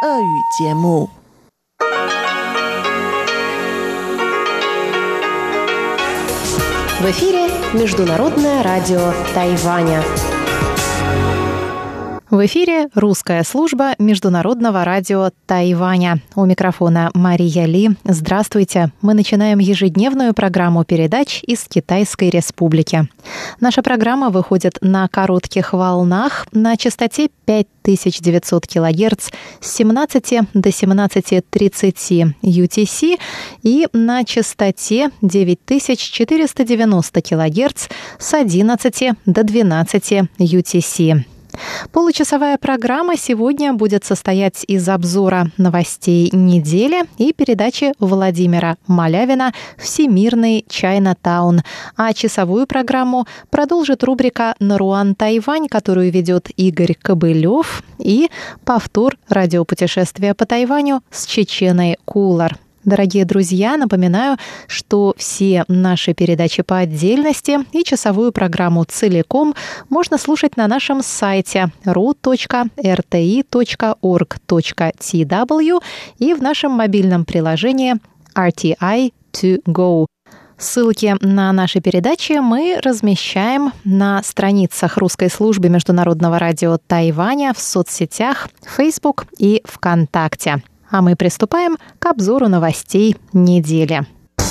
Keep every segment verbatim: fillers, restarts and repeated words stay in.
俄语节目。 В эфире Международное радио Тайваня. В эфире русская служба Международного радио Тайваня. У микрофона Мария Ли. Здравствуйте. Мы начинаем ежедневную программу передач из Китайской Республики. Наша программа выходит на коротких волнах на частоте пять тысяч девятьсот килогерц с семнадцати до семнадцати тридцати ю ти си и на частоте девять тысяч четыреста девяносто килогерц с одиннадцати до двенадцати ю ти си. Получасовая программа сегодня будет состоять из обзора новостей недели и передачи Владимира Малявина «Всемирный Чайнатаун». А часовую программу продолжит рубрика «Наруан Тайвань», которую ведет Игорь Кобылев, и повтор радиопутешествия по Тайваню с Чеченой Кулар. Дорогие друзья, напоминаю, что все наши передачи по отдельности и часовую программу целиком можно слушать на нашем сайте ру точка эр тэ и точка орг точка ти дабл ю и в нашем мобильном приложении ар ти ай ту го. Ссылки на наши передачи мы размещаем на страницах русской службы Международного радио Тайваня в соцсетях Facebook и ВКонтакте. А мы приступаем к обзору новостей недели.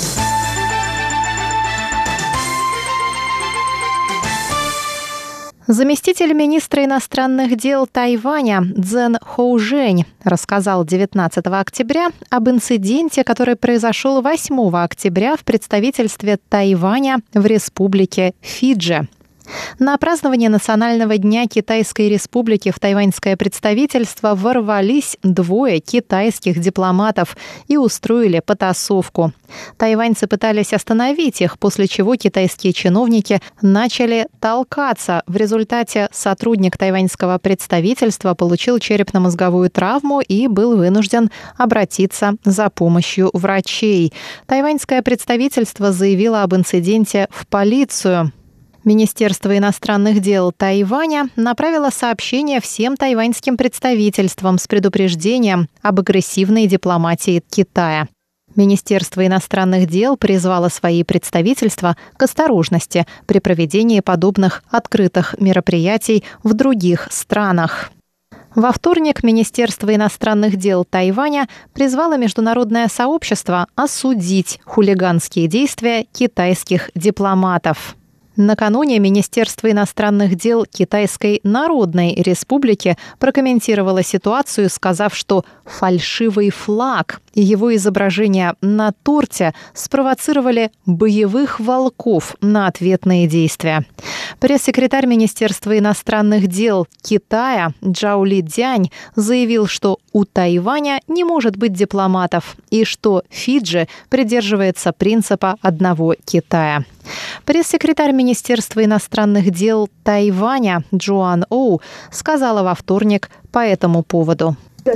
Заместитель министра иностранных дел Тайваня Цзэн Хоужэнь рассказал девятнадцатого октября об инциденте, который произошел восьмого октября в представительстве Тайваня в Республике Фиджи. На празднование Национального дня Китайской Республики в тайваньское представительство ворвались двое китайских дипломатов и устроили потасовку. Тайваньцы пытались остановить их, после чего китайские чиновники начали толкаться. В результате сотрудник тайваньского представительства получил черепно-мозговую травму и был вынужден обратиться за помощью врачей. Тайваньское представительство заявило об инциденте в полицию. Министерство иностранных дел Тайваня направило сообщение всем тайваньским представительствам с предупреждением об агрессивной дипломатии Китая. Министерство иностранных дел призвало свои представительства к осторожности при проведении подобных открытых мероприятий в других странах. Во вторник Министерство иностранных дел Тайваня призвало международное сообщество осудить хулиганские действия китайских дипломатов. Накануне Министерство иностранных дел Китайской Народной Республики прокомментировало ситуацию, сказав, что фальшивый флаг и его изображение на торте спровоцировали боевых волков на ответные действия. Пресс-секретарь Министерства иностранных дел Китая Джао Лидянь заявил, что у Тайваня не может быть дипломатов и что Фиджи придерживается принципа одного Китая. Пресс-секретарь Министерства иностранных дел Тайваня Джоан Оу сказала во вторник по этому поводу.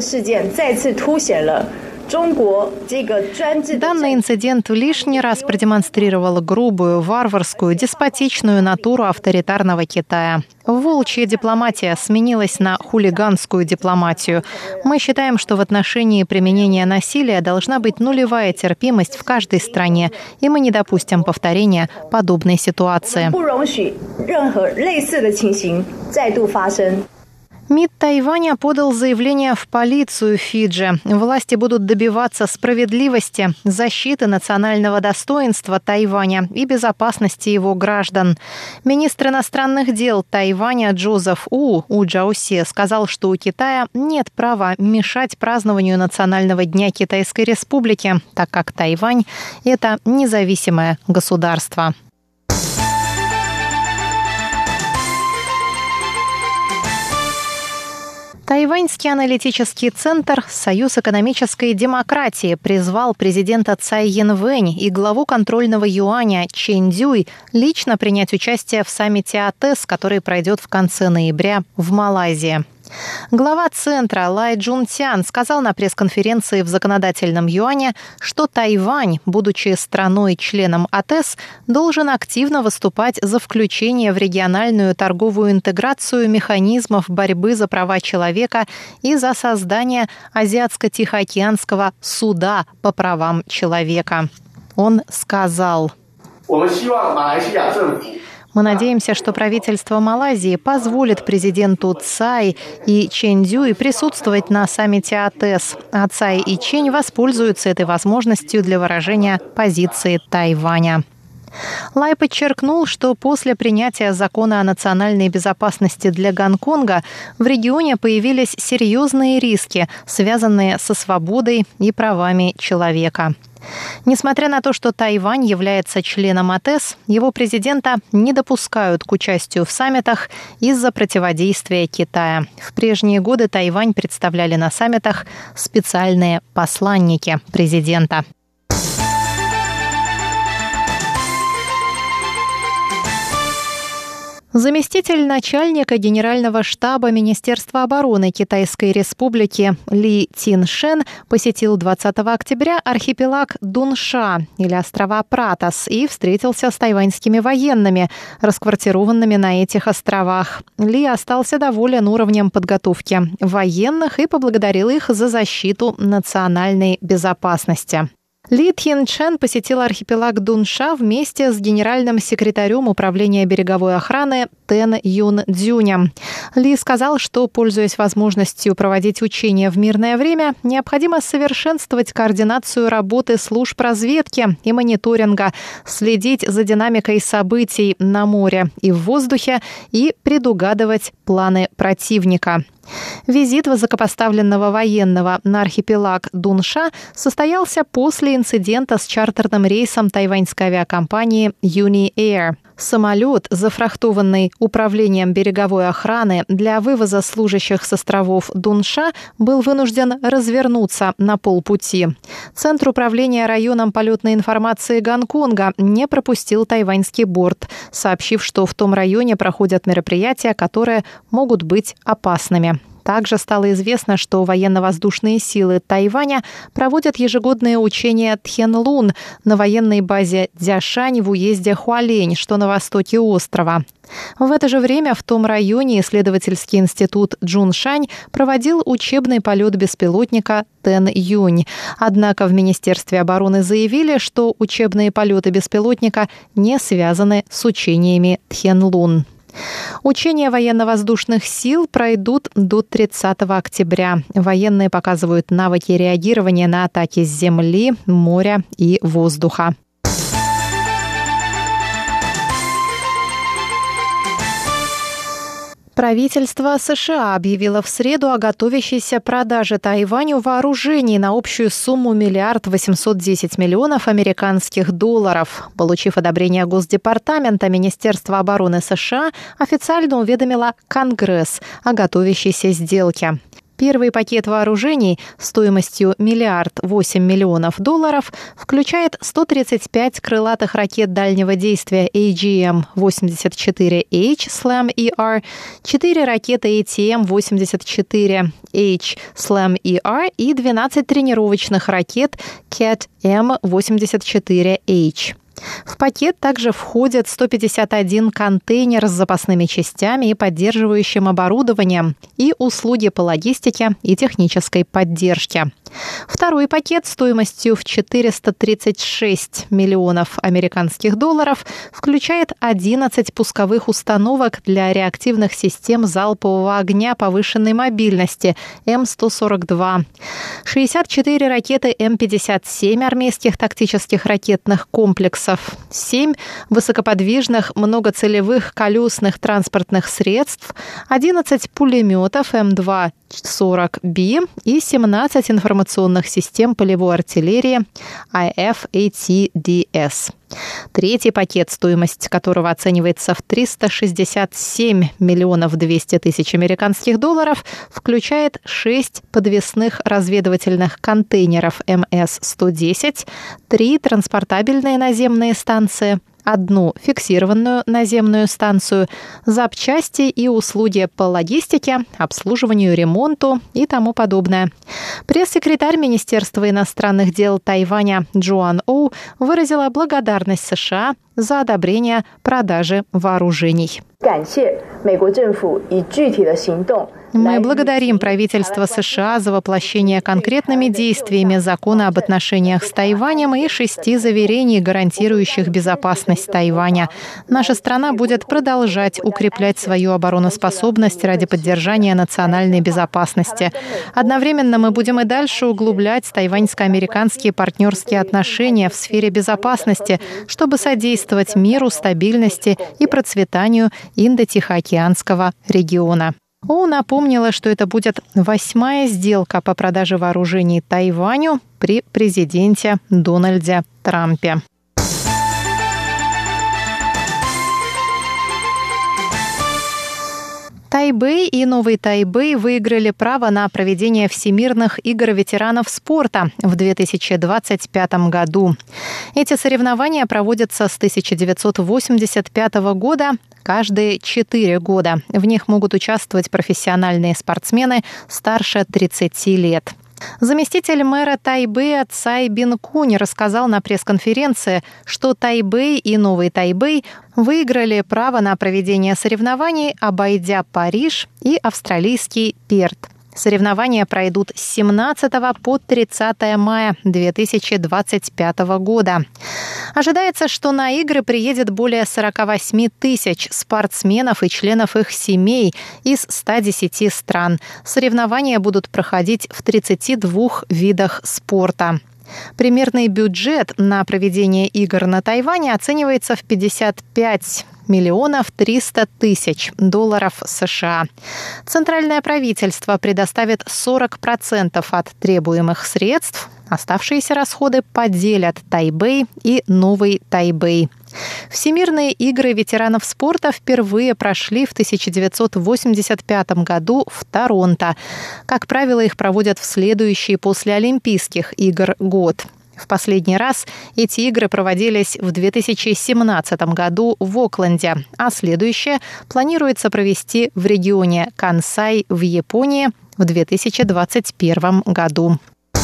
Данный инцидент лишний раз продемонстрировал грубую, варварскую, деспотичную натуру авторитарного Китая. Волчья дипломатия сменилась на хулиганскую дипломатию. Мы считаем, что в отношении применения насилия должна быть нулевая терпимость в каждой стране, и мы не допустим повторения подобной ситуации. МИД Тайваня подал заявление в полицию Фиджи. Власти будут добиваться справедливости, защиты национального достоинства Тайваня и безопасности его граждан. Министр иностранных дел Тайваня Джозеф У У Джаусе сказал, что у Китая нет права мешать празднованию Национального дня Китайской Республики, так как Тайвань – это независимое государство. Тайваньский аналитический центр «Союз экономической демократии» призвал президента Цай Янвэнь и главу контрольного юаня Чэнь Дюй лично принять участие в саммите АТЭС, который пройдет в конце ноября в Малайзии. Глава Центра Лай Чжунцян сказал на пресс-конференции в законодательном юане, что Тайвань, будучи страной-членом АТЭС, должен активно выступать за включение в региональную торговую интеграцию механизмов борьбы за права человека и за создание Азиатско-Тихоокеанского суда по правам человека. Он сказал: «Мы надеемся, что правительство Малайзии позволит президенту Цай и Чэнь Дюй присутствовать на саммите АТЭС, а Цай и Чэнь воспользуются этой возможностью для выражения позиции Тайваня». Лай подчеркнул, что после принятия закона о национальной безопасности для Гонконга в регионе появились серьезные риски, связанные со свободой и правами человека. Несмотря на то, что Тайвань является членом АТЭС, его президента не допускают к участию в саммитах из-за противодействия Китая. В прежние годы Тайвань представляли на саммитах специальные посланники президента. Заместитель начальника Генерального штаба Министерства обороны Китайской Республики Ли Циншен посетил двадцатого октября архипелаг Дунша, или острова Пратас, и встретился с тайваньскими военными, расквартированными на этих островах. Ли остался доволен уровнем подготовки военных и поблагодарил их за защиту национальной безопасности. Ли Циншен посетил архипелаг Дунша вместе с генеральным секретарем Управления береговой охраны Тэн Юн Цзюнем. Ли сказал, что, пользуясь возможностью проводить учения в мирное время, необходимо совершенствовать координацию работы служб разведки и мониторинга, следить за динамикой событий на море и в воздухе и предугадывать планы противника. Визит высокопоставленного военного на архипелаг Дунша состоялся после инцидента с чартерным рейсом тайваньской авиакомпании Uni Air. Самолет, зафрахтованный Управлением береговой охраны для вывоза служащих с островов Дунша, был вынужден развернуться на полпути. Центр управления районом полетной информации Гонконга не пропустил тайваньский борт, сообщив, что в том районе проходят мероприятия, которые могут быть опасными. Также стало известно, что военно-воздушные силы Тайваня проводят ежегодные учения Тхенлун на военной базе Дзяшань в уезде Хуалень, что на востоке острова. В это же время в том районе исследовательский институт Джуншань проводил учебный полет беспилотника Тэн Юнь. Однако в Министерстве обороны заявили, что учебные полеты беспилотника не связаны с учениями Тхенлун. Учения военно-воздушных сил пройдут до тридцатого октября. Военные показывают навыки реагирования на атаки с земли, моря и воздуха. Правительство США объявило в среду о готовящейся продаже Тайваню вооружений на общую сумму миллиард восемьсот десять миллионов американских долларов. Получив одобрение Госдепартамента, Министерство обороны США официально уведомило Конгресс о готовящейся сделке. Первый пакет вооружений стоимостью миллиард восемь миллионов долларов включает сто тридцать пять крылатых ракет дальнего действия эй джи эм восемьдесят четыре эйч слэм-и ар, четыре ракеты эй ти эм восемьдесят четыре эйч слэм-и ар и двенадцать тренировочных ракет кэт-эм восемьдесят четыре эйч. В пакет также входят сто пятьдесят один контейнер с запасными частями и поддерживающим оборудованием и услуги по логистике и технической поддержке. Второй пакет стоимостью в четыреста тридцать шесть миллионов американских долларов включает одиннадцать пусковых установок для реактивных систем залпового огня повышенной мобильности эм сто сорок два, шестьдесят четыре ракеты эм пятьдесят семь армейских тактических ракетных комплексов, семь высокоподвижных многоцелевых колесных транспортных средств, одиннадцать пулеметов эм два сорок би и семнадцать информационных систем полевой артиллерии ай эф эй ти ди эс. Третий пакет, стоимость которого оценивается в триста шестьдесят семь миллионов двести тысяч американских долларов, включает шесть подвесных разведывательных контейнеров эм эс сто десять, три транспортабельные наземные станции, одну фиксированную наземную станцию, запчасти и услуги по логистике, обслуживанию, ремонту и тому подобное. Пресс-секретарь Министерства иностранных дел Тайваня Джоан Оу выразила благодарность США за одобрение продажи вооружений. Мы благодарим правительство США за воплощение конкретными действиями закона об отношениях с Тайванем и шести заверений, гарантирующих безопасность Тайваня. Наша страна будет продолжать укреплять свою обороноспособность ради поддержания национальной безопасности. Одновременно мы будем и дальше углублять тайваньско-американские партнерские отношения в сфере безопасности, чтобы содействовать миру, стабильности и процветанию Индо-Тихоокеанского региона. Оу напомнила, что это будет восьмая сделка по продаже вооружений Тайваню при президенте Дональде Трампе. Тайбэй и Новый Тайбэй выиграли право на проведение Всемирных игр ветеранов спорта в две тысячи двадцать пятом году. Эти соревнования проводятся с тысяча девятьсот восемьдесят пятого года каждые четыре года. В них могут участвовать профессиональные спортсмены старше тридцати лет. Заместитель мэра Тайбэя Цай Бин-Кунь рассказал на пресс-конференции, что Тайбэй и Новый Тайбэй выиграли право на проведение соревнований, обойдя Париж и австралийский Перт. Соревнования пройдут с семнадцатого по тридцатое мая две тысячи двадцать пятого года. Ожидается, что на игры приедет более сорок восемь тысяч спортсменов и членов их семей из ста десяти стран. Соревнования будут проходить в тридцати двух видах спорта. Примерный бюджет на проведение игр на Тайване оценивается в пятьдесят пять миллионов триста тысяч долларов США. Центральное правительство предоставит сорок процентов от требуемых средств. Оставшиеся расходы поделят Тайбэй и Новый Тайбэй. Всемирные игры ветеранов спорта впервые прошли в тысяча девятьсот восемьдесят пятом году в Торонто. Как правило, их проводят в следующий после Олимпийских игр год. В последний раз эти игры проводились в две тысячи семнадцатом году в Окленде, а следующее планируется провести в регионе Кансай в Японии в две тысячи двадцать первом году.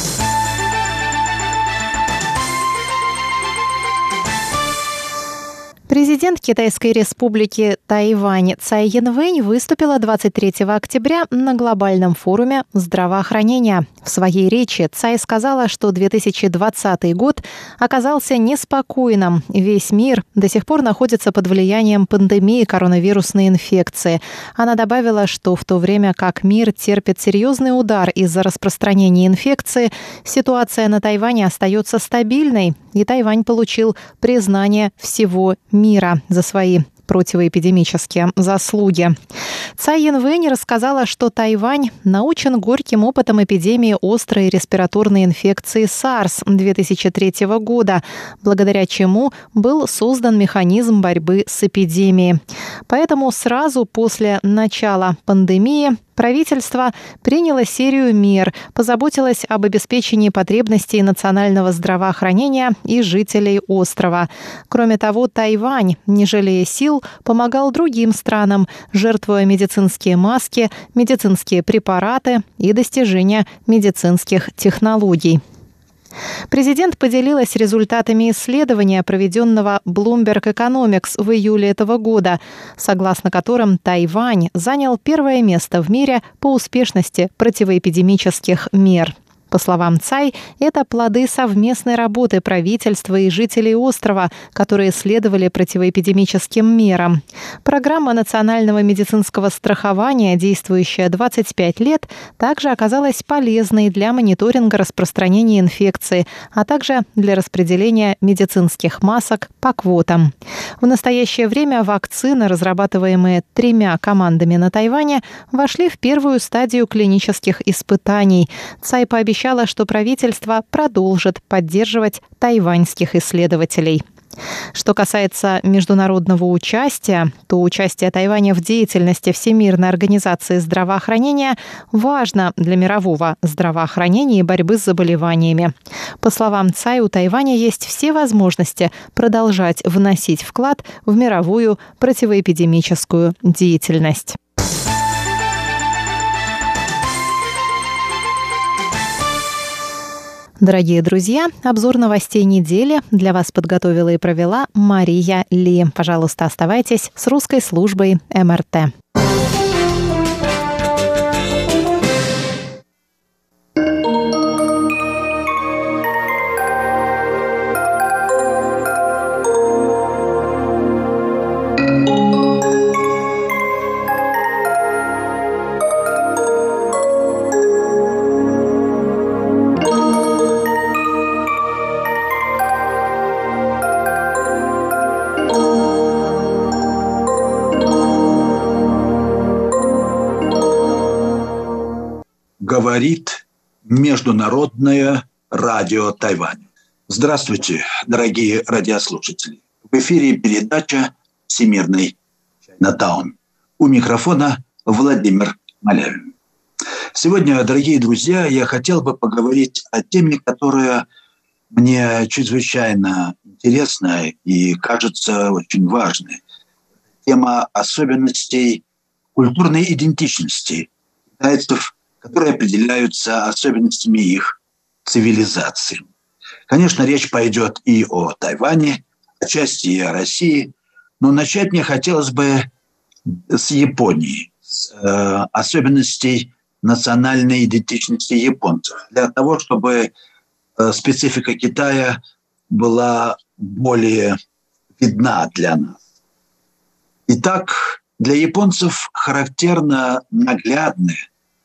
Президент Китайской республики Тайвань Цай Янвэнь выступила двадцать третьего октября на глобальном форуме здравоохранения. В своей речи Цай сказала, что две тысячи двадцатый год оказался неспокойным. Весь мир до сих пор находится под влиянием пандемии коронавирусной инфекции. Она добавила, что в то время как мир терпит серьезный удар из-за распространения инфекции, ситуация на Тайване остается стабильной, и Тайвань получил признание всего мира. мира за свои противоэпидемические заслуги. Цай Янвэнь рассказала, что Тайвань научен горьким опытом эпидемии острой респираторной инфекции SARS две тысячи третьего года, благодаря чему был создан механизм борьбы с эпидемией. Поэтому сразу после начала пандемии правительство приняло серию мер, позаботилось об обеспечении потребностей национального здравоохранения и жителей острова. Кроме того, Тайвань, не жалея сил, помогал другим странам, жертвуя медицинские маски, медицинские препараты и достижения медицинских технологий. Президент поделилась результатами исследования, проведенного Bloomberg Economics в июле этого года, согласно которым Тайвань занял первое место в мире по успешности противоэпидемических мер. По словам Цай, это плоды совместной работы правительства и жителей острова, которые следовали противоэпидемическим мерам. Программа национального медицинского страхования, действующая двадцать пять лет, также оказалась полезной для мониторинга распространения инфекции, а также для распределения медицинских масок по квотам. В настоящее время вакцины, разрабатываемые тремя командами на Тайване, вошли в первую стадию клинических испытаний. Цай пообещал, что правительство продолжит поддерживать тайваньских исследователей. Что касается международного участия, то участие Тайваня в деятельности Всемирной организации здравоохранения важно для мирового здравоохранения и борьбы с заболеваниями. По словам Цай, у Тайваня есть все возможности продолжать вносить вклад в мировую противоэпидемическую деятельность. Дорогие друзья, обзор новостей недели для вас подготовила и провела Мария Ли. Пожалуйста, оставайтесь с русской службой эм эр тэ. Говорит Международное радио Тайваня. Здравствуйте, дорогие радиослушатели. В эфире передача «Всемирный Чайнатаун». У микрофона Владимир Малявин. Сегодня, дорогие друзья, я хотел бы поговорить о теме, которая мне чрезвычайно интересна и кажется очень важной. Тема особенностей культурной идентичности китайцев, которые определяются особенностями их цивилизации. Конечно, речь пойдет и о Тайване, отчасти и о России, но начать мне хотелось бы с Японии, с э, особенностей национальной идентичности японцев, для того, чтобы э, специфика Китая была более видна для нас. Итак, для японцев характерно наглядное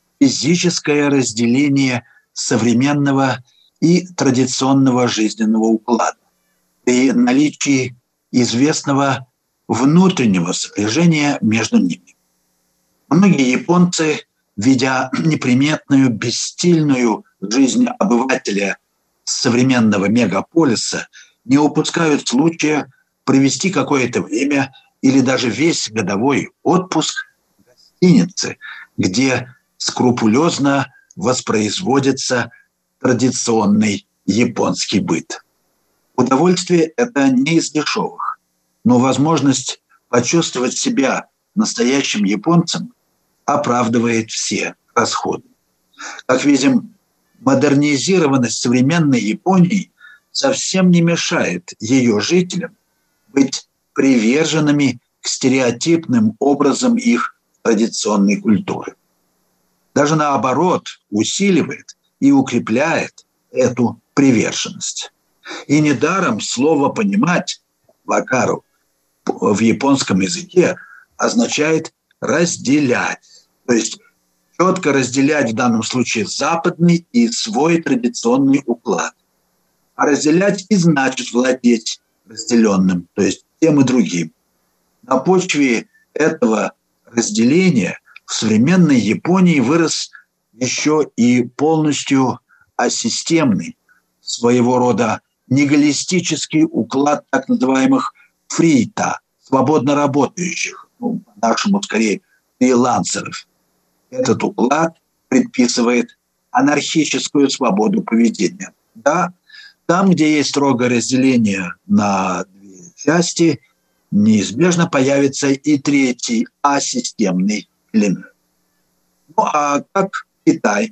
физическое разделение современного и традиционного жизненного уклада при наличии известного внутреннего сопряжения между ними. Многие японцы, видя неприметную, бесстильную жизнь обывателя современного мегаполиса, не упускают случая провести какое-то время или даже весь годовой отпуск в гостинице, где скрупулезно воспроизводится традиционный японский быт. Удовольствие это не из дешевых, но возможность почувствовать себя настоящим японцем оправдывает все расходы. Как видим, модернизированность современной Японии совсем не мешает ее жителям быть приверженными к стереотипным образам их традиционной культуры. Даже наоборот, усиливает и укрепляет эту приверженность. И недаром слово «понимать» «вакару» в японском языке означает «разделять». То есть четко разделять в данном случае западный и свой традиционный уклад. А разделять и значит владеть разделенным, то есть тем и другим. На почве этого разделения в современной Японии вырос еще и полностью асистемный, своего рода нигилистический уклад так называемых фрита, свободно работающих, ну, по-нашему скорее фрилансеров. Этот уклад предписывает анархическую свободу поведения. Да, там, где есть строгое разделение на две части, неизбежно появится и третий асистемный элемент. Ну а как Китай?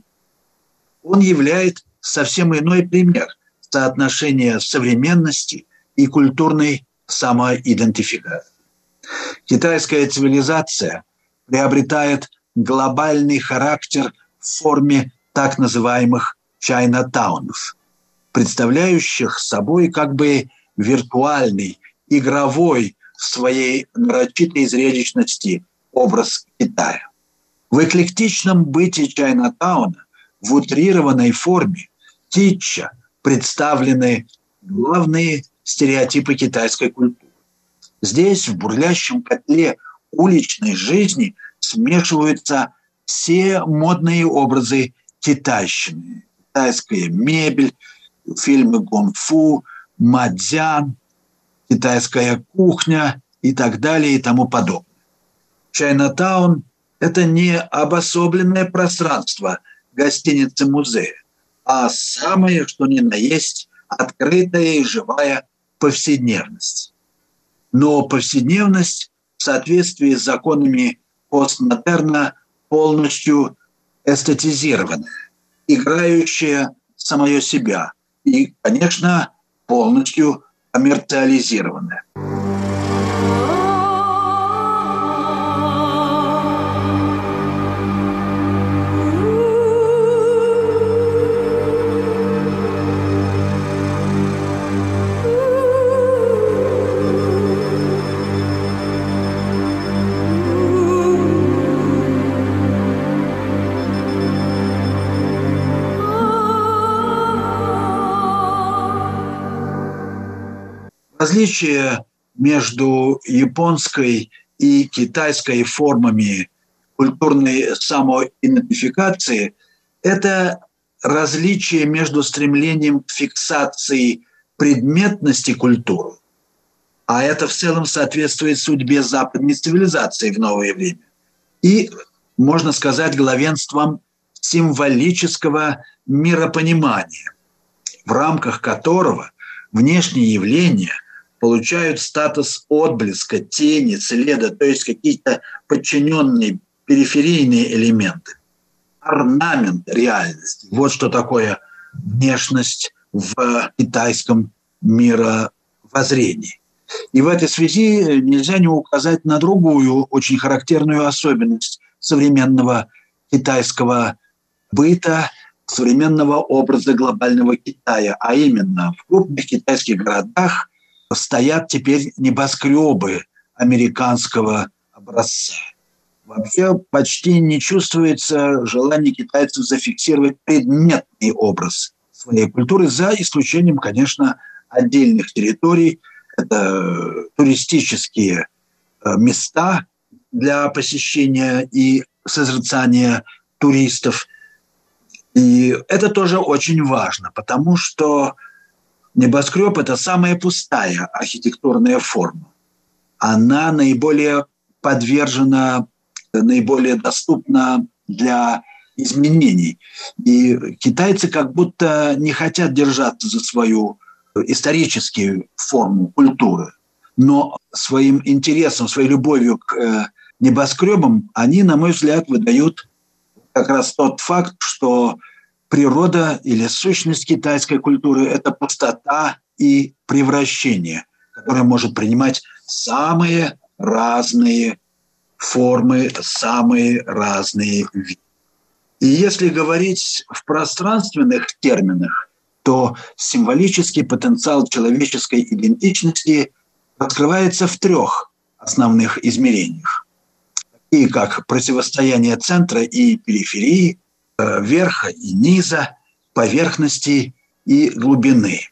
Он является совсем иной пример соотношения современности и культурной самоидентификации. Китайская цивилизация приобретает глобальный характер в форме так называемых чайнатаунов, представляющих собой как бы виртуальный, игровой в своей нарочитой зрелищности образ Китая. В эклектичном быте Чайнатауна в утрированной форме китча представлены главные стереотипы китайской культуры. Здесь, в бурлящем котле уличной жизни, смешиваются все модные образы китайщины. Китайская мебель, фильмы кунг-фу, мадзян, китайская кухня и так далее и тому подобное. Чайнатаун – это не обособленное пространство гостиницы-музея, а самое, что ни на есть, открытая и живая повседневность. Но повседневность в соответствии с законами постмодерна полностью эстетизированная, играющая самое себя и, конечно, полностью коммерциализированная. Различие между японской и китайской формами культурной самоидентификации – это различие между стремлением к фиксации предметности культуры, а это в целом соответствует судьбе западной цивилизации в новое время, и, можно сказать, главенством символического миропонимания, в рамках которого внешние явления получают статус отблеска, тени, следа, то есть какие-то подчиненные периферийные элементы. Орнамент реальности. Вот что такое внешность в китайском мировоззрении. И в этой связи нельзя не указать на другую очень характерную особенность современного китайского быта, современного образа глобального Китая, а именно в крупных китайских городах стоят теперь небоскребы американского образца. Вообще почти не чувствуется желание китайцев зафиксировать предметный образ своей культуры, за исключением, конечно, отдельных территорий. Это туристические места для посещения и созерцания туристов. И это тоже очень важно, потому что небоскреб – это самая пустая архитектурная форма. Она наиболее подвержена, наиболее доступна для изменений. И китайцы как будто не хотят держаться за свою историческую форму культуры, но своим интересом, своей любовью к небоскребам они, на мой взгляд, выдают как раз тот факт, что природа или сущность китайской культуры – это пустота и превращение, которое может принимать самые разные формы, самые разные виды. И если говорить в пространственных терминах, то символический потенциал человеческой идентичности раскрывается в трех основных измерениях, такие как противостояние центра и периферии, верха и низа, поверхности и глубины.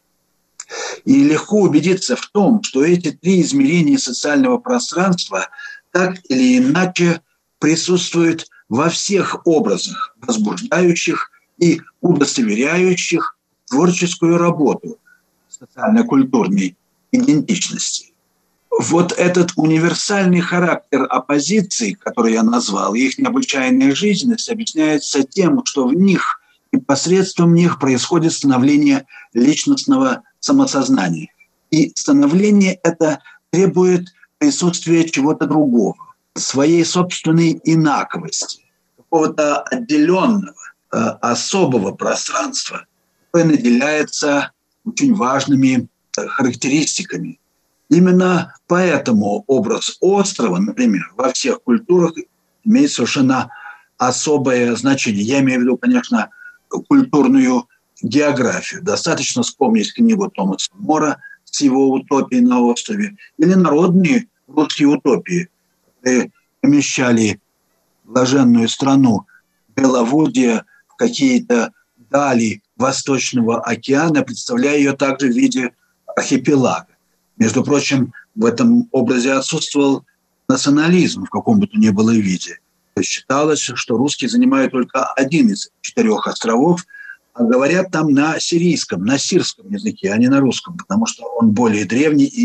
И легко убедиться в том, что эти три измерения социального пространства так или иначе присутствуют во всех образах, возбуждающих и удостоверяющих творческую работу социально-культурной идентичности. Вот этот универсальный характер оппозиции, который я назвал, их необычайная жизненность объясняется тем, что в них и посредством них происходит становление личностного самосознания. И становление это требует присутствия чего-то другого, своей собственной инаковости, какого-то отделенного, э, особого пространства, которое наделяется очень важными э, характеристиками. Именно поэтому образ острова, например, во всех культурах имеет совершенно особое значение. Я имею в виду, конечно, культурную географию. Достаточно вспомнить книгу Томаса Мора с его утопией на острове или народные русские утопии, которые помещали блаженную страну Беловодья в какие-то дали Восточного океана, представляя ее также в виде архипелага. Между прочим, в этом образе отсутствовал национализм в каком бы то ни было виде. Считалось, что русские занимают только один из четырех островов, а говорят там на сирийском, на сирском языке, а не на русском, потому что он более древний и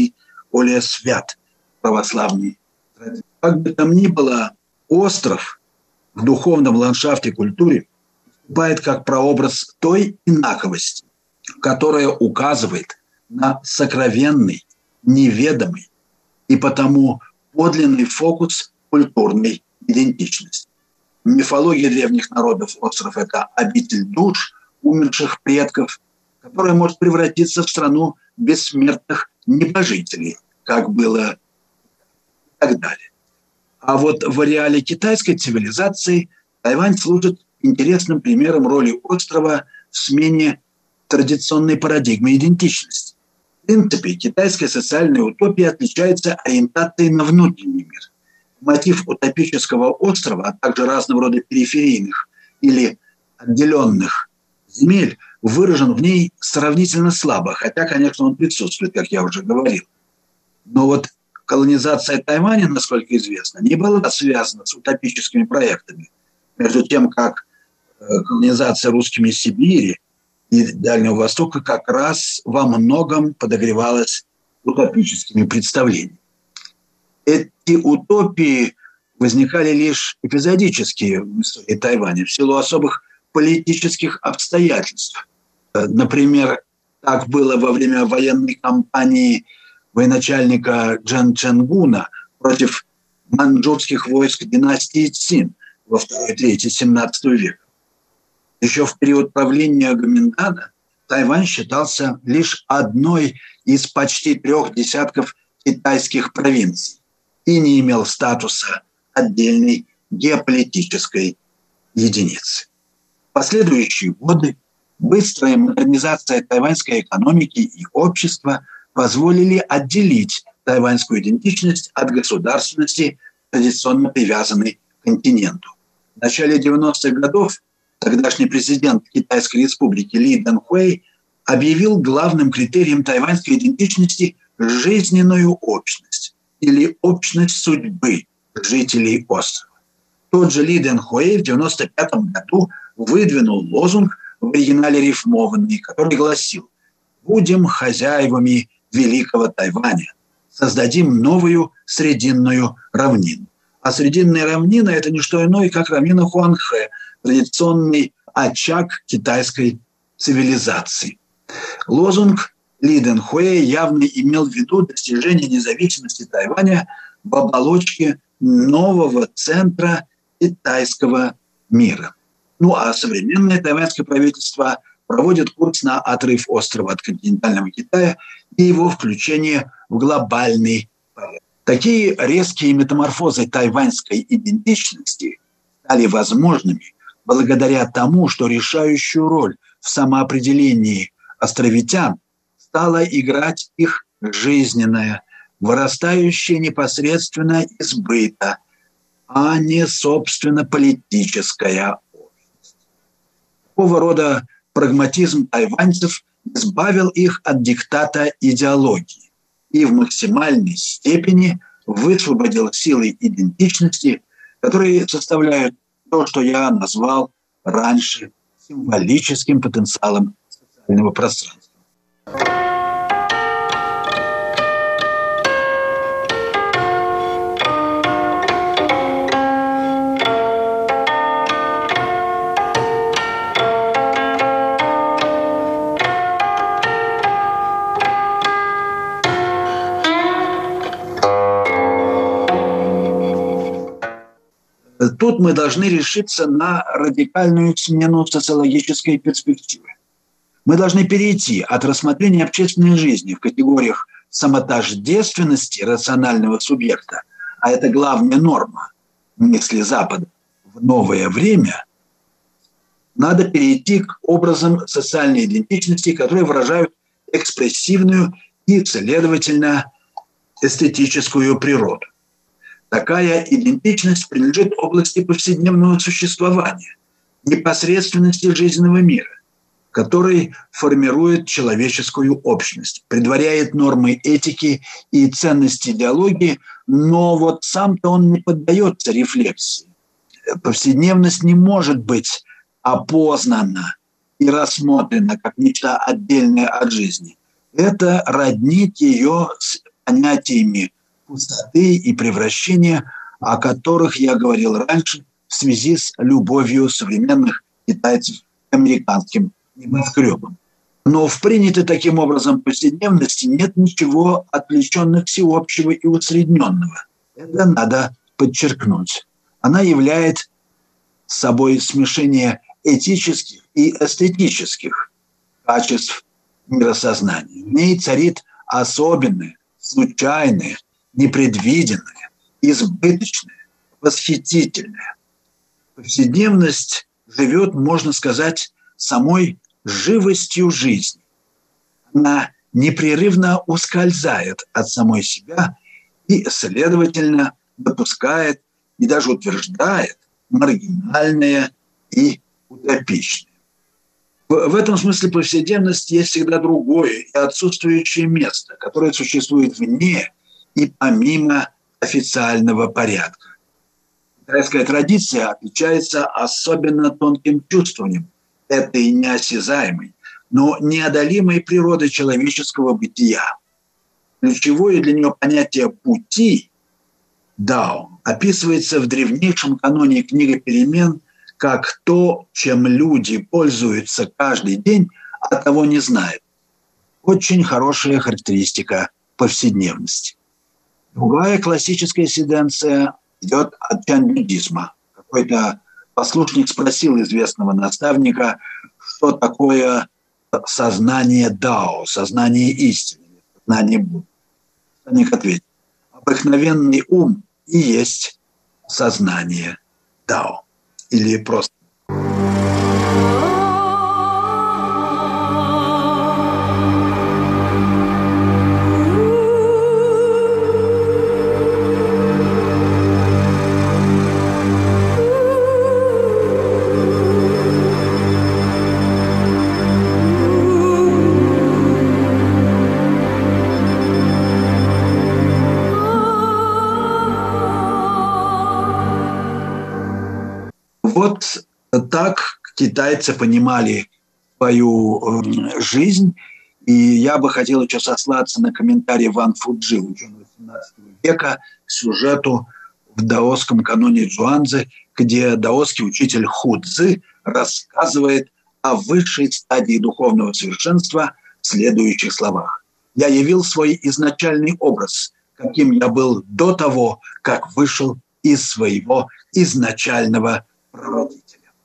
более свят православный. Как бы там ни было, остров в духовном ландшафте культуре выступает как прообраз той инаковости, которая указывает на сокровенный, неведомый и потому подлинный фокус культурной идентичности. В мифологии древних народов остров – это обитель душ умерших предков, которая может превратиться в страну бессмертных небожителей, как было и так далее. А вот в ареале китайской цивилизации Тайвань служит интересным примером роли острова в смене традиционной парадигмы идентичности. В принципе, китайская социальная утопия отличается ориентацией на внутренний мир. Мотив утопического острова, а также разного рода периферийных или отделенных земель выражен в ней сравнительно слабо, хотя, конечно, он присутствует, как я уже говорил. Но вот колонизация Тайваня, насколько известно, не была связана с утопическими проектами. Между тем, как колонизация русскими Сибири и Дальнего Востока как раз во многом подогревалась утопическими представлениями. Эти утопии возникали лишь эпизодически в истории Тайваня в силу особых политических обстоятельств. Например, так было во время военной кампании военачальника Джан Чжэнгуна против маньчжурских войск династии Цин во второй-третьей семнадцатого века. Еще в период правления Гоминдана Тайвань считался лишь одной из почти трех десятков китайских провинций и не имел статуса отдельной геополитической единицы. В последующие годы быстрая модернизация тайваньской экономики и общества позволили отделить тайваньскую идентичность от государственности, традиционно привязанной к континенту. В начале девяностых годов тогдашний президент Китайской республики Ли Дэнхуэй объявил главным критерием тайваньской идентичности жизненную общность или общность судьбы жителей острова. Тот же Ли Дэнхуэй в девяносто пятом году выдвинул лозунг, в оригинале рифмованный, который гласил: «Будем хозяевами великого Тайваня, создадим новую срединную равнину». А срединная равнина – это не что иное, как равнина Хуанхэ, традиционный очаг китайской цивилизации. Лозунг Ли Дэнхуэя явно имел в виду достижение независимости Тайваня в оболочке нового центра китайского мира. Ну а современное тайваньское правительство проводит курс на отрыв острова от континентального Китая и его включение в глобальный порядок. Такие резкие метаморфозы тайваньской идентичности стали возможными благодаря тому, что решающую роль в самоопределении островитян стала играть их жизненная, вырастающая непосредственно из быта, а не, собственно, политическая общность. Такого рода прагматизм тайваньцев избавил их от диктата идеологии и в максимальной степени высвободил силы идентичности, которые составляют то, что я назвал раньше символическим потенциалом социального пространства. Тут мы должны решиться на радикальную смену социологической перспективы. Мы должны перейти от рассмотрения общественной жизни в категориях самотождественности рационального субъекта, а это главная норма мысли Запада в новое время, надо перейти к образам социальной идентичности, которые выражают экспрессивную и, следовательно, эстетическую природу. Такая идентичность принадлежит области повседневного существования, непосредственности жизненного мира, который формирует человеческую общность, предваряет нормы этики и ценности идеологии, но вот сам-то он не поддается рефлексии. Повседневность не может быть опознана и рассмотрена как нечто отдельное от жизни. Это роднит ее с понятиями пустоты и превращения, о которых я говорил раньше в связи с любовью современных китайцев к американским небоскребам. Но в принятой таким образом повседневности нет ничего отвлеченно всеобщего и усредненного. Это надо подчеркнуть. Она является собой смешение этических и эстетических качеств миросознания. В ней царит особенное, случайное, непредвиденное, избыточное, восхитительное. Повседневность живет, можно сказать, самой живостью жизни. Она непрерывно ускользает от самой себя и, следовательно, допускает и даже утверждает маргинальное и утопичное. В, в этом смысле повседневность есть всегда другое и отсутствующее место, которое существует вне и помимо официального порядка. Китайская традиция отличается особенно тонким чувствованием этой неосязаемой, но неодолимой природы человеческого бытия. Ключевое для нее понятие «пути» дао описывается в древнейшем каноне «Книга перемен» как то, чем люди пользуются каждый день, а того не знают. Очень хорошая характеристика повседневности. Другая классическая сентенция идет от чан-буддизма. Какой-то послушник спросил известного наставника, что такое сознание дао, сознание истины, сознание Будды. Наставник ответил: обыкновенный ум и есть сознание дао. Или просто. Вот так китайцы понимали свою жизнь. И я бы хотел еще сослаться на комментарий Ван Фуджи, ученого семнадцатого века, к сюжету в даосском каноне Цзуанцзы, где даосский учитель Ху Цзы рассказывает о высшей стадии духовного совершенства в следующих словах. «Я явил свой изначальный образ, каким я был до того, как вышел из своего изначального прародителя».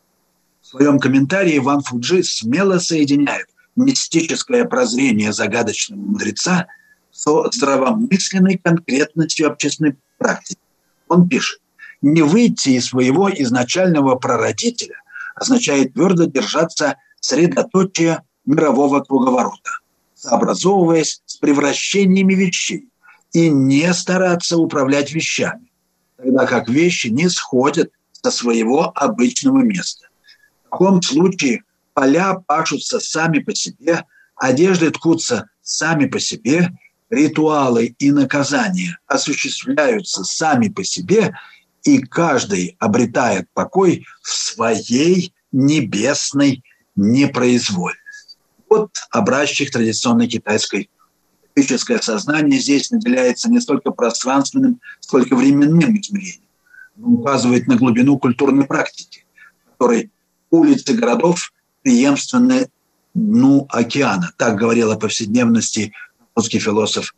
В своем комментарии Ван Фуджи смело соединяет мистическое прозрение загадочного мудреца со здравомысленной конкретностью общественной практики. Он пишет: «Не выйти из своего изначального прародителя означает твердо держаться средоточия мирового круговорота, сообразовываясь с превращениями вещей, и не стараться управлять вещами, тогда как вещи не сходят со своего обычного места. В таком случае поля пашутся сами по себе, одежды ткутся сами по себе, ритуалы и наказания осуществляются сами по себе, и каждый обретает покой в своей небесной непроизвольности». Вот образчик традиционной китайской эпическое сознание здесь наделяется не столько пространственным, сколько временным измерением. Он указывает на глубину культурной практики, которой улицы городов преемственны дну океана. Так говорил о повседневности русский философ.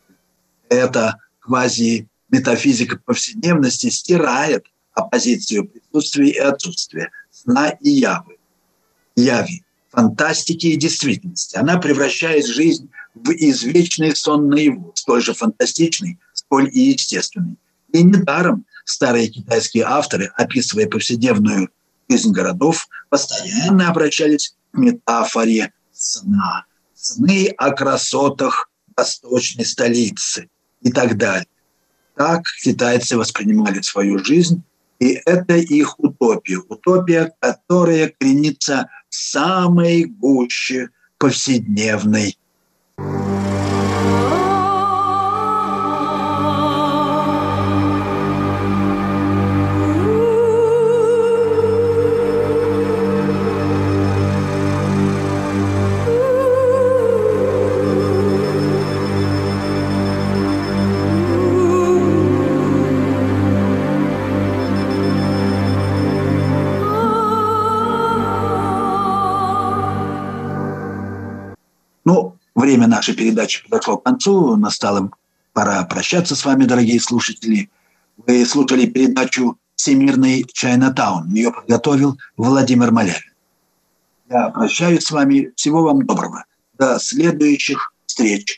Эта квази-метафизика повседневности стирает оппозицию присутствия и отсутствия, сна и явы, яви, фантастики и действительности. Она превращает жизнь в извечный сон наяву, столь же фантастичный, сколь и естественный. И недаром старые китайские авторы, описывая повседневную жизнь городов, постоянно обращались к метафоре сна. Сны о красотах восточной столицы и так далее. Так китайцы воспринимали свою жизнь, и это их утопия. Утопия, которая коренится в самой гуще повседневной. Ну, время нашей передачи подошло к концу, настала пора прощаться с вами, дорогие слушатели. Вы слушали передачу «Всемирный Чайнатаун». Ее подготовил Владимир Малявин. Я прощаюсь с вами. Всего вам доброго. До следующих встреч.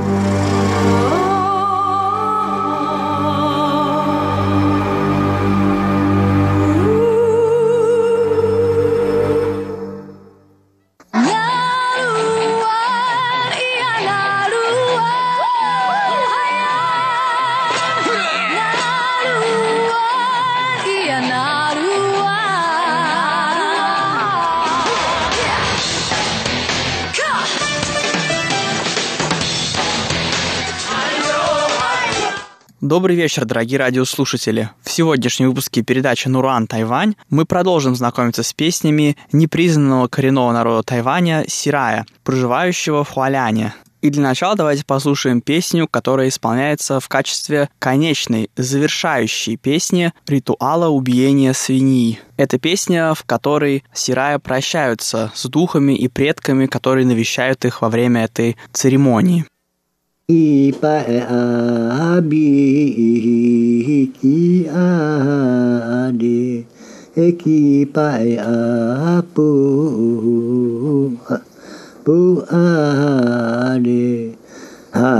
Добрый вечер, дорогие радиослушатели. В сегодняшнем выпуске передачи «Нуран, Тайвань» мы продолжим знакомиться с песнями непризнанного коренного народа Тайваня Сирая, проживающего в Хуаляне. И для начала давайте послушаем песню, которая исполняется в качестве конечной, завершающей песни ритуала убиения свиньи. Это песня, в которой Сирая прощаются с духами и предками, которые навещают их во время этой церемонии. Ki pa a bi ki a de e ki pa a pu pu a de a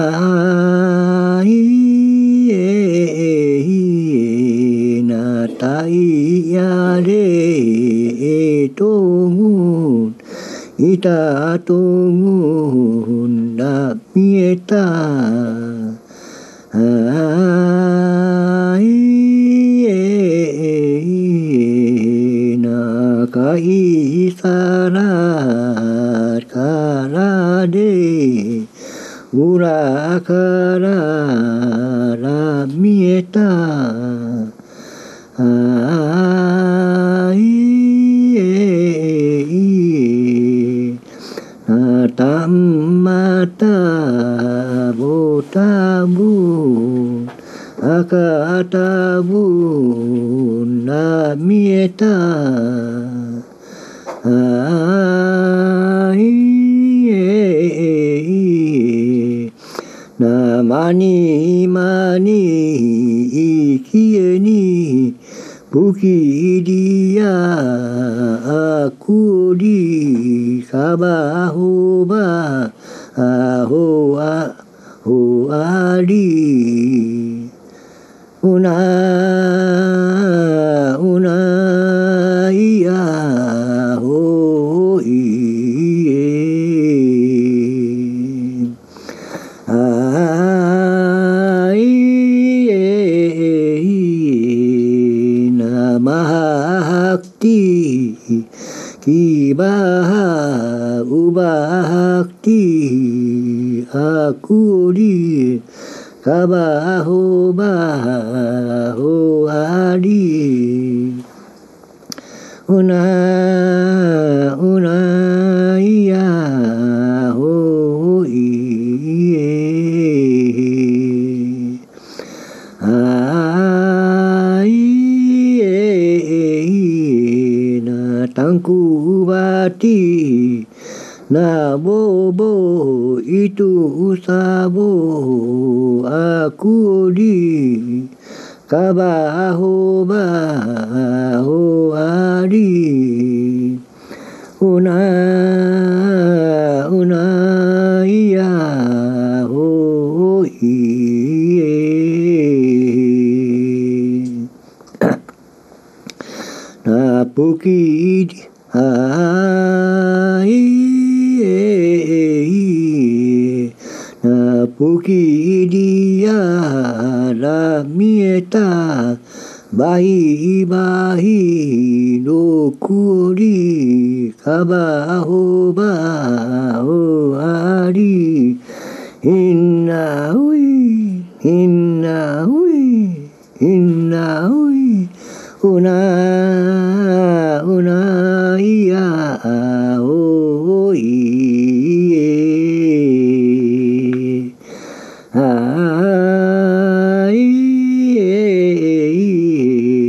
i e na tai ya de to ita tungunda mieta ai na kai sara kara de ura kara la mieta ai Tamata botabun akatabun na mieta ai na mani mani ikieni Buki dia aku di kabahoba ahoa hoadi una una ia ho ie Mahakti kibaha ubahakti aku di kabaho baho adi una una iya ho iye Tangku bati na bobo itu sabo aku di kabaho baho adi una una iya ho iye na puki ai na puki dia la mieta bahi bahi no kuri kabaho baho ari inna ui inna ui inna ui una una ia o ie ai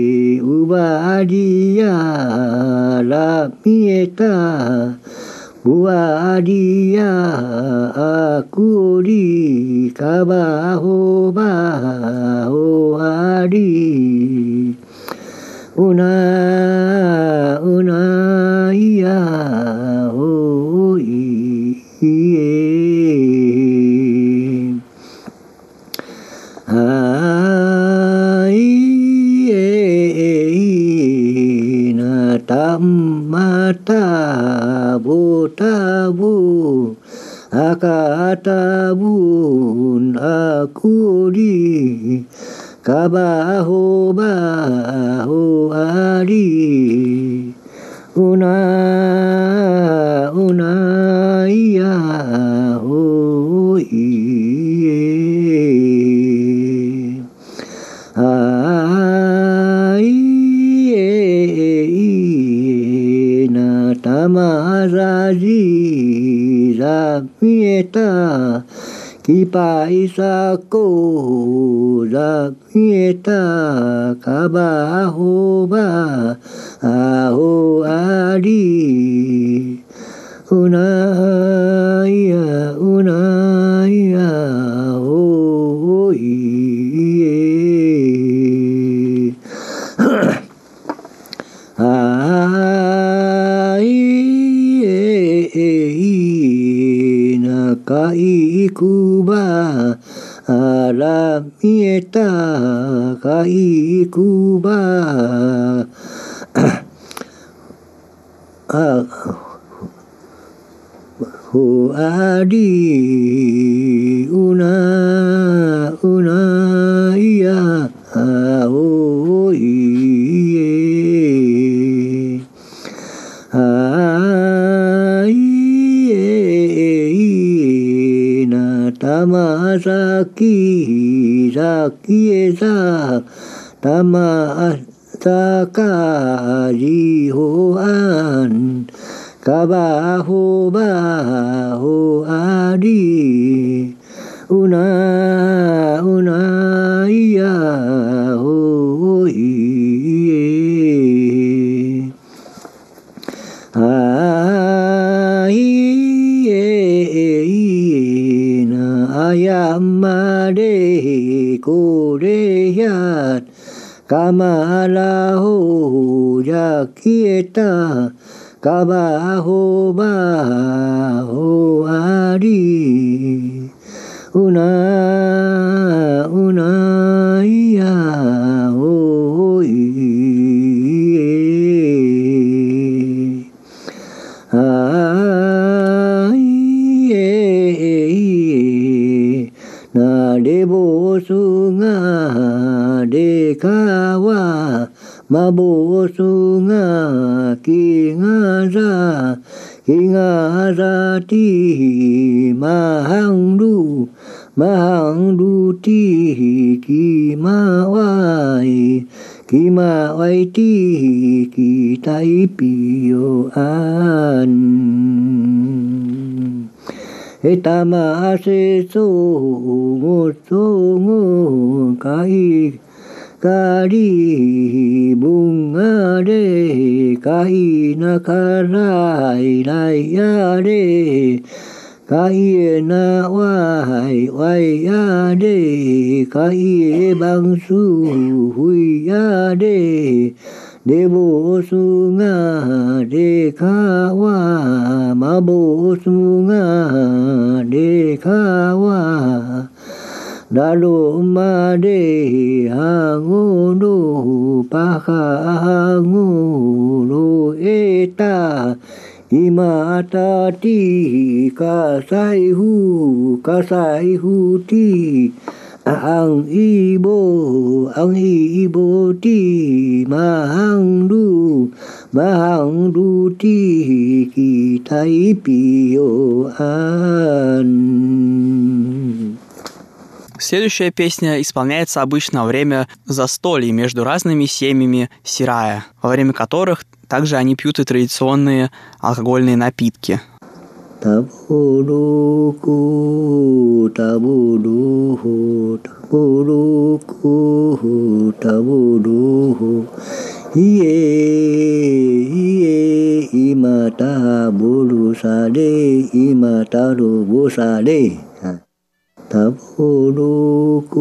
ubadia la mieta Uadia akuri kabaho baho adi una una ia ho ie ai na tamata tabu akatabun akuri kabaho baho adi una una ia ho ie ai na tamaraji Mieta kipa isako za mieta kabaho ba aho adi una ia una ia ho ie kai kuba ala mieta kai kuba ho adi una una ia ho ie Tamasaki Zaki Eza Tamasakari Hoan Kabaho Baho Adi Una Una Ia Ho Ie Ayamade koreyat kamalaho yakieta kabaho baho adi una una ia ho ie Debo sunga dekawa mabo sunga kingaza kingaza ti mahangdu mahangdu ti kimawai kimawai ti kitaipio an Etama ase songo songo kai kari bunga de kai nakarai lai ade kai na wai wai ade kai bangsu hui ade Debo sunga dekawa mabo sunga dekawa Dalu made hangono paka hangono eta imata ti kasaihu kasaihu ti ang ibo ang ibo ti mahangdu mahangdu ti kitaipio an. Следующая песня исполняется обычно во время застолий между разными семьями сирая, во время которых также они пьют и традиционные алкогольные напитки. Табуруку, табуруху, табуруку, табуруху, Iye iye imata bulu sale imata rubu sale. Tabuluku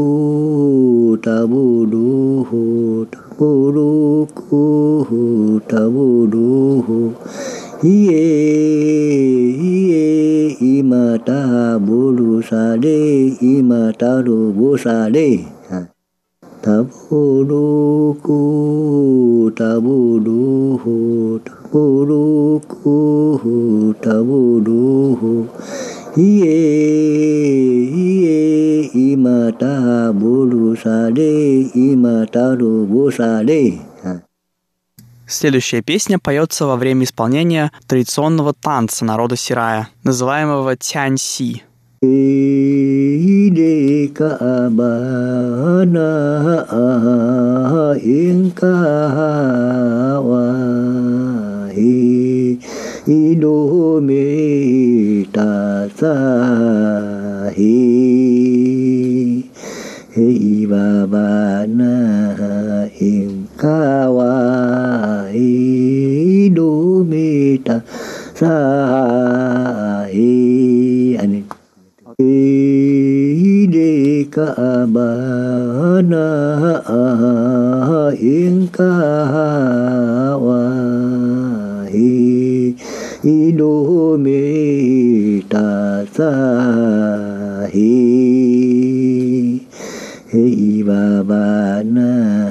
tabuluhu tabuluku tabuluhu. Iye iye imata bulu sale imata rubu sale. Tabuluku tabuluhu tabuluku tabuluhu. Iye iye imata bulu sale имата руbu sale. Следующая песня поется во время исполнения традиционного танца народа Сирая, называемого тяньси. Ide kaabana inkawahi idomita sahi ibabana inkawahi idomita sahi. Ani ide kaabana inkawahi idomita sahi ibabana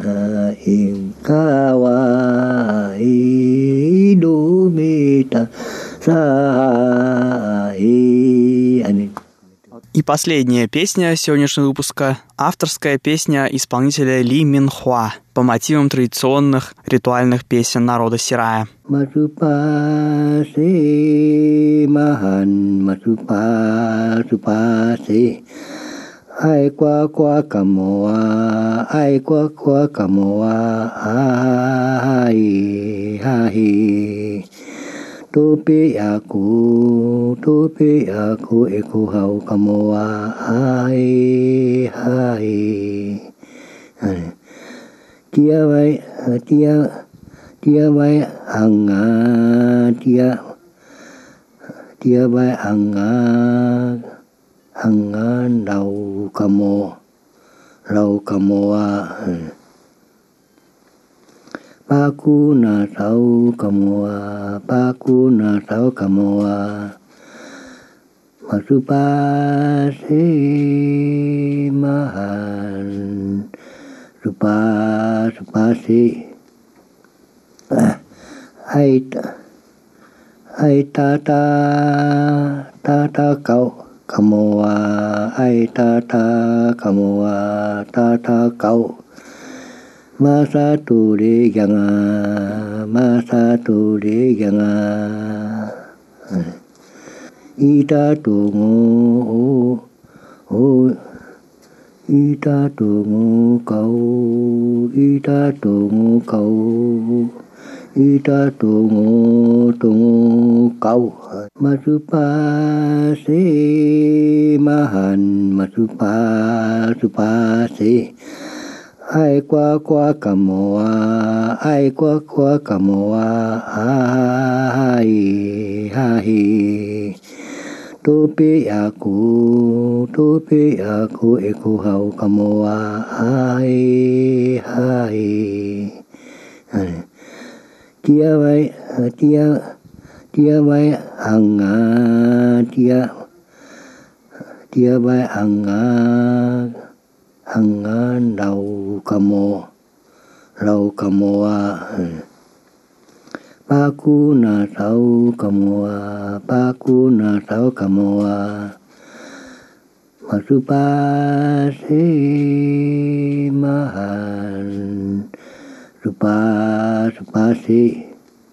inkawahi idomita sahi. Ani. И последняя песня сегодняшнего выпуска – авторская песня исполнителя Ли Минхуа по мотивам традиционных ритуальных песен народа Сирая. Masupase mahan masupase ai kwa kwa kamoa ai kwa kwa kamoa ai ai. Tope aku, tope aku eko hau kamoa hai hai. Tia vai, tia tia vai anga, tia tia vai anga, anga lau kamo, lau kamoa. Paku na tau kamoa, paku na tau kamoa. Masupase mahan, supa supase. Ai ai tata tata kau kamoa, ai tata kamoa, tata kau. Masa turi ganga, masa turi ganga. Ita tungu, oh, ita tungu kau, ita tungu kau, ita tungu tungu kau. Masupase mahan, masupa supase. Ai kwa kwa kamoa, ai kwa kwa kamoa, ai ai. Tope aku, tope aku eko hau kamoa, ai ai. Tia vai, tia tia vai anga, tia tia vai anga. Hangan lau kamo, lau kamoa. Paku na tau kamoa, paku na tau kamoa. Masupase mahan, supa supase.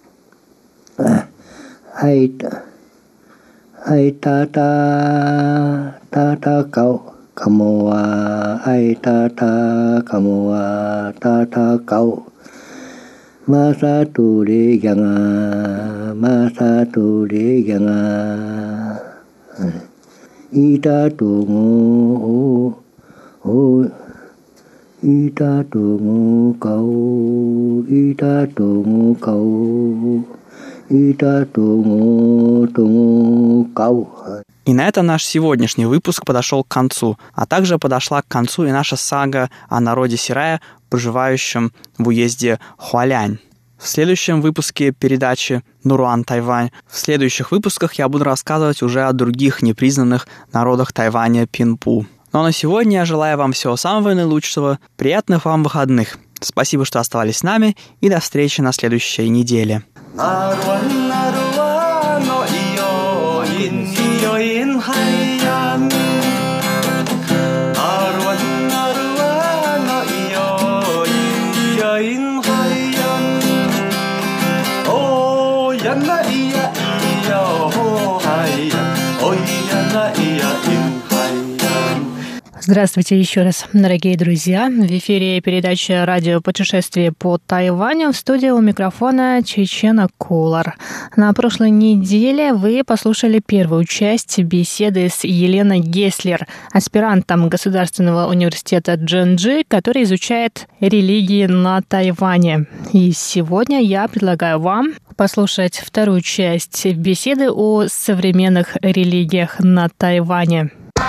Ai ai tata tata kau. Kamoa, ai tata, kamoa, tata kau. Masa turi ganga, masa turi ganga. Ita tungu, oh, Ита тунгу кау, ита тунгу кау, ита тунгу тунгу кау. И на этом наш сегодняшний выпуск подошел к концу, а также подошла к концу и наша сага о народе Сирая, проживающем в уезде Хуалянь. В следующем выпуске передачи «Нуруан Тайвань», в следующих выпусках я буду рассказывать уже о других непризнанных народах Тайваня Пинпу. Ну а на сегодня я желаю вам всего самого наилучшего, приятных вам выходных. Спасибо, что оставались с нами, и до встречи на следующей неделе. Здравствуйте еще раз, дорогие друзья. В эфире передача «Радио путешествие по Тайваню». В студии у микрофона Чечена Кулар. На прошлой неделе вы послушали первую часть беседы с Еленой Геслер, аспирантом Государственного университета Чжэнджи, который изучает религии на Тайване. И сегодня я предлагаю вам послушать вторую часть беседы о современных религиях на Тайване.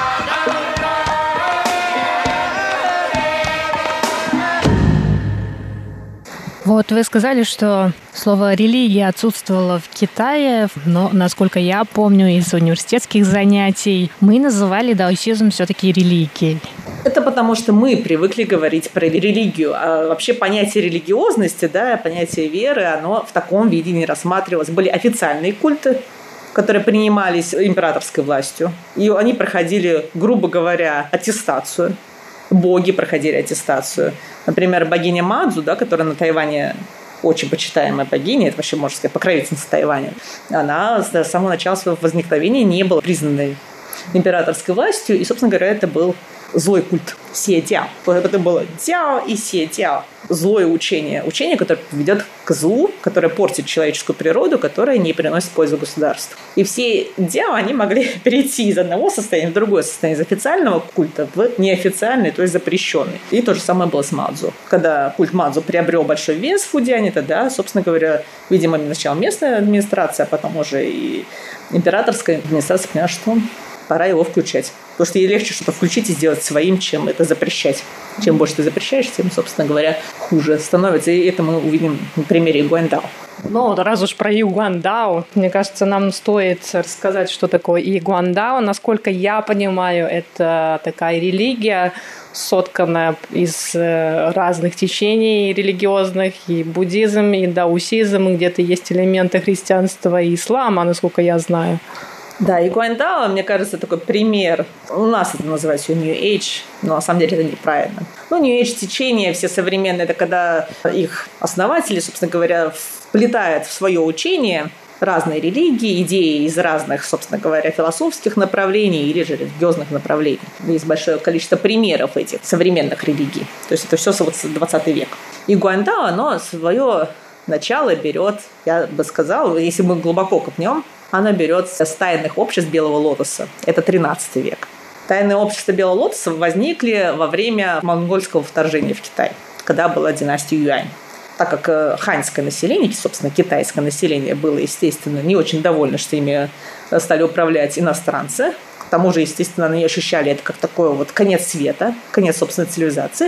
Вот вы сказали, что слово «религия» отсутствовало в Китае, но, насколько я помню из университетских занятий, мы называли даосизм все-таки религией. Это потому, что мы привыкли говорить про религию. А вообще понятие религиозности, да, понятие веры, оно в таком виде не рассматривалось. Были официальные культы, которые принимались императорской властью, и они проходили, грубо говоря, аттестацию. Боги проходили аттестацию. Например, богиня Мадзу, да, которая на Тайване очень почитаемая богиня, это вообще, можно сказать, покровительница Тайваня, она с самого начала своего возникновения не была признанной императорской властью, и, собственно говоря, это был злой культ Сие-Тяо. Это было Тяо и Сие-Тяо. Злое учение. Учение, которое ведет к злу, которое портит человеческую природу, которое не приносит пользу государству. И все Тяо, они могли перейти из одного состояния в другое состояние, из официального культа в неофициальный, то есть запрещенный. И то же самое было с Мадзу. Когда культ Мадзу приобрел большой вес в Фудзяне, тогда, собственно говоря, видимо, сначала местная администрация, а потом уже и императорская администрация поняла, что пора его включать. Потому что ей легче что-то включить и сделать своим, чем это запрещать. Чем больше ты запрещаешь, тем, собственно говоря, хуже становится. И это мы увидим на примере Игуандао. Ну, раз уж про Игуандао, мне кажется, нам стоит рассказать, что такое Игуандао. Насколько я понимаю, это такая религия, сотканная из разных течений религиозных, и буддизм, и даосизм, и где-то есть элементы христианства и ислама, насколько я знаю. Да, Игуандао, мне кажется, такой пример. У нас это называется New Age, но на самом деле это неправильно. Ну, New Age течение, все современные, это когда их основатели, собственно говоря, вплетают в свое учение разные религии, идеи из разных, собственно говоря, философских направлений или же религиозных направлений. Есть большое количество примеров этих современных религий. То есть это все двадцатый век. Игуандао, оно свое начало берет, я бы сказала, если мы глубоко копнем, она берет с тайных обществ Белого Лотоса. Это тринадцатый век. Тайные общества Белого Лотоса возникли во время монгольского вторжения в Китай, когда была династия Юань. Так как ханьское население, собственно, китайское население было, естественно, не очень довольно, что ими стали управлять иностранцы. К тому же, естественно, они ощущали это как такой вот конец света, конец собственной цивилизации.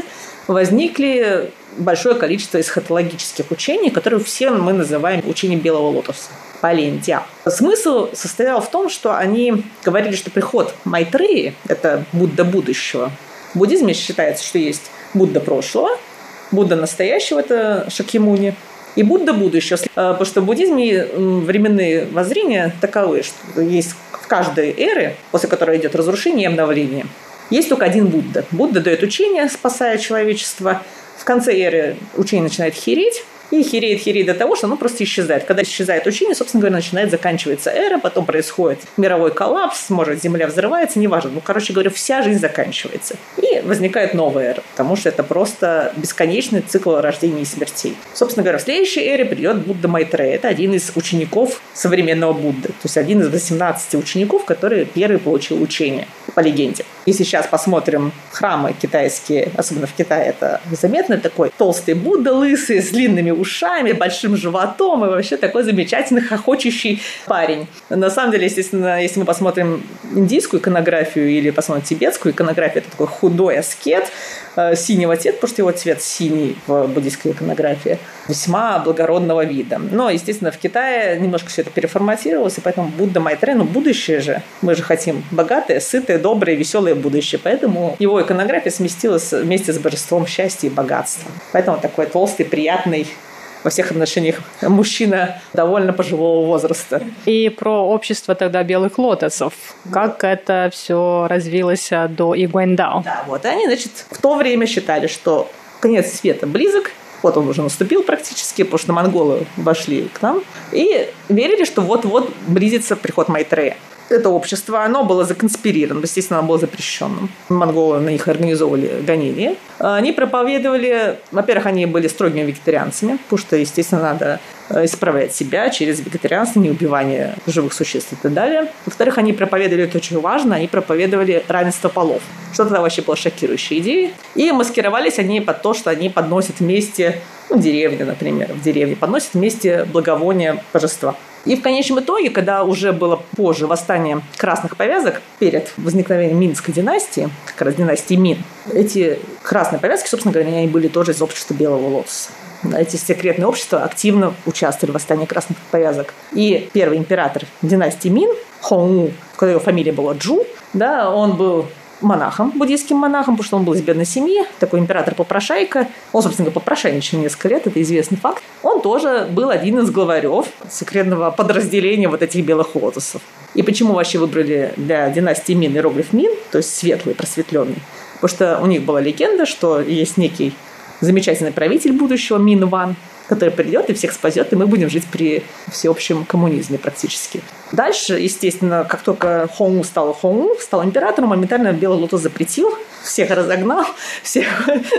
Возникли большое количество эсхатологических учений, которые все мы называем учением Белого Лотоса. Палентиа. Смысл состоял в том, что они говорили, что приход Майтреи – это Будда будущего. В буддизме считается, что есть Будда прошлого, Будда настоящего – это Шакьямуни, и Будда будущего. Потому что в буддизме временные воззрения таковы, что есть в каждой эре, после которой идет разрушение и обновление, есть только один Будда. Будда дает учение, спасая человечество. В конце эры учение начинает хереть, и хереет, хереет до того, что оно просто исчезает. Когда исчезает учение, собственно говоря, начинает заканчиваться эра, потом происходит мировой коллапс, может, Земля взрывается, неважно. Ну, короче говоря, вся жизнь заканчивается. И возникает новая эра, потому что это просто бесконечный цикл рождения и смертей. Собственно говоря, в следующей эре придет Будда Майтрея. Это один из учеников современного Будды. То есть один из восемнадцати учеников, который первый получил учение, по легенде. Если сейчас посмотрим храмы китайские, особенно в Китае, это заметно, такой толстый Будда, лысый, с длинными ушами, большим животом и вообще такой замечательный хохочущий парень. На самом деле, естественно, если мы посмотрим индийскую иконографию или посмотрим тибетскую иконографию, это такой худой аскет синего цвета, потому что его цвет синий в буддийской иконографии, весьма благородного вида. Но, естественно, в Китае немножко все это переформатировалось, и поэтому Будда Майтрея, ну, будущее же, мы же хотим богатое, сытое, доброе, веселое будущее, поэтому его иконография сместилась вместе с божеством счастья и богатства. Поэтому такой толстый, приятный, во всех отношениях мужчина довольно пожилого возраста. И про общество тогда белых лотосов. Как это все развилось до Игуаньдао? Да, вот. И они, значит, в то время считали, что конец света близок, вот он уже наступил практически, потому что монголы вошли к нам, и верили, что вот-вот близится приход Майтрея. Это общество, оно было законспирировано, естественно, оно было запрещенным. Монголы на них организовывали гонения. Они проповедовали, во-первых, они были строгими вегетарианцами, потому что, естественно, надо исправлять себя через вегетарианство, неубивание живых существ и так далее. Во-вторых, они проповедовали, это очень важно, они проповедовали равенство полов. Что тогда вообще была шокирующая идея. И маскировались они под то, что они подносят вместе, ну, деревни, например, в деревне, подносят вместе благовония божества. И в конечном итоге, когда уже было позже восстание красных повязок перед возникновением Минской династии, как раз династии Мин, эти красные повязки, собственно говоря, они были тоже из общества Белого Лотоса. Эти секретные общества активно участвовали в восстании красных повязок. И первый император династии Мин, Хонгу, когда его фамилия была Джу, да, он был монахом, буддийским монахом, потому что он был из бедной семьи, такой император-попрошайка. Он, собственно говоря, попрошайничал несколько лет, это известный факт. Он тоже был один из главарев секретного подразделения вот этих белых лотосов. И почему вообще выбрали для династии Мин иероглиф Мин, то есть светлый, просветленный? Потому что у них была легенда, что есть некий замечательный правитель будущего Мин Ван, который придет и всех спасет, и мы будем жить при всеобщем коммунизме практически. Дальше, естественно, как только Хонгу стал Хонгу, стал императором, моментально Белый Лотос запретил, всех разогнал, всех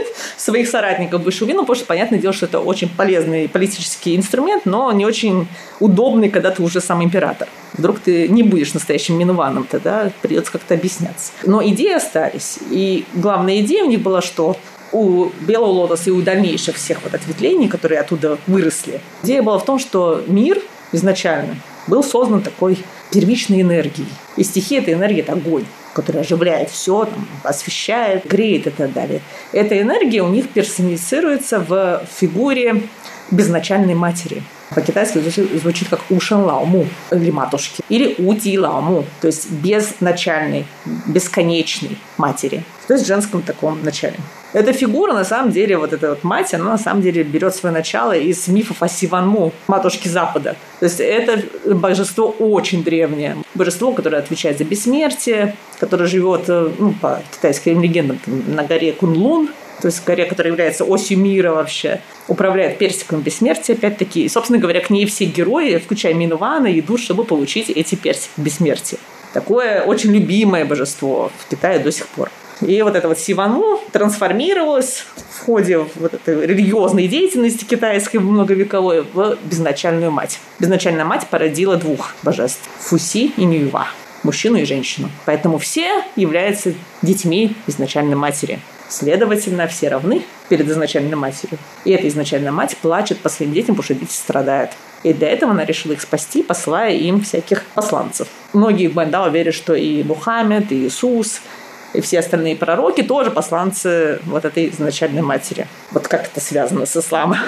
своих соратников вышел вину, потому что, понятное дело, что это очень полезный политический инструмент, но не очень удобный, когда ты уже сам император. Вдруг ты не будешь настоящим Минваном, тогда придется как-то объясняться. Но идеи остались. И главная идея у них была, что у Белого Лотоса и у дальнейших всех вот ответвлений, которые оттуда выросли, идея была в том, что мир изначально был создан такой первичной энергией. И стихия этой энергии – это огонь, который оживляет все, там, освещает, греет и так далее. Эта энергия у них персонифицируется в фигуре безначальной матери. По-китайски звучит как Ушен Лаому, или матушки, или Ути Лаому, то есть безначальной, бесконечной матери, то есть в женском таком начале. Эта фигура, на самом деле, вот эта вот мать, она на самом деле берет свое начало из мифов о Сиванму, матушке Запада. То есть это божество очень древнее. Божество, которое отвечает за бессмертие, которое живет, ну, по китайским легендам, на горе Кунлун, то есть горе, которая является осью мира вообще, управляет персиком бессмертия, опять-таки. И, собственно говоря, к ней все герои, включая Минвана, идут, чтобы получить эти персики бессмертия. Такое очень любимое божество в Китае до сих пор. И вот это вот Сиванму трансформировалось в ходе вот этой религиозной деятельности китайской многовековой в безначальную мать. Безначальная мать породила двух божеств – Фуси и Нюйва, мужчину и женщину. Поэтому все являются детьми изначальной матери. Следовательно, все равны перед изначальной матерью. И эта изначальная мать плачет по своим детям, потому что дети страдают. И для этого она решила их спасти, посылая им всяких посланцев. Многие в Игуаньдао верят, что и Мухаммед, и Иисус, и все остальные пророки тоже посланцы вот этой изначальной матери. Вот как это связано с исламом.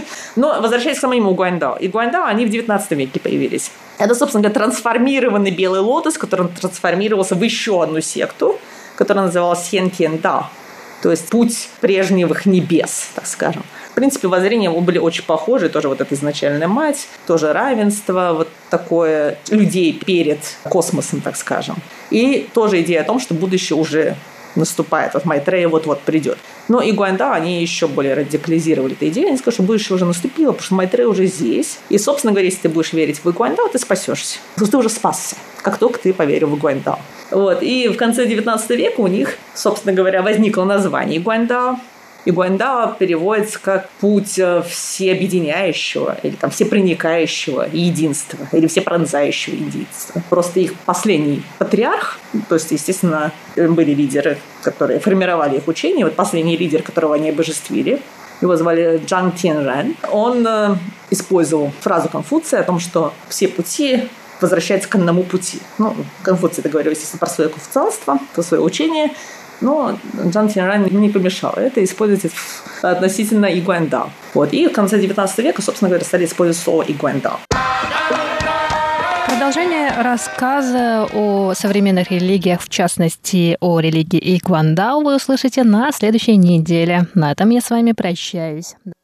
Но возвращаясь к самому Игуаньдао. Игуаньдао, они в девятнадцатом веке появились. Это, собственно говоря, трансформированный Белый Лотос, который трансформировался в еще одну секту, которая называлась Сьен-Кьен-Дао. То есть путь прежних небес, так скажем. В принципе, воззрения были очень похожи. Тоже вот эта изначальная мать, тоже равенство, вот такое людей перед космосом, так скажем. И тоже идея о том, что будущее уже наступает. Вот Майтрея вот-вот придет. Но Игуаньдао, они еще более радикализировали эту идею. Они сказали, что будущее уже наступило, потому что Майтрея уже здесь. И, собственно говоря, если ты будешь верить в Игуаньдао, ты спасешься. Потому что ты уже спасся, как только ты поверил в Игуаньдао. Вот. И в конце девятнадцатого века у них, собственно говоря, возникло название Игуаньдао. Игуандао переводится как путь всеобъединяющего или там всепроникающего единства или всепронзающего единства. Просто их последний патриарх, то есть, естественно, были лидеры, которые формировали их учение. Вот последний лидер, которого они обожествили, его звали Джан Тяньжэнь. Он использовал фразу Конфуция о том, что все пути возвращаются к одному пути. Ну, Конфуций это говорил, естественно, про свое конфуцианство, про свое учение, но Джан Тяньжэнь не помешал это использовать относительно Игуандао. Вот. И в конце девятнадцатого века, собственно говоря, стали использовать слово Игуандао. Продолжение рассказа о современных религиях, в частности, о религии Игуандао, вы услышите на следующей неделе. На этом я с вами прощаюсь.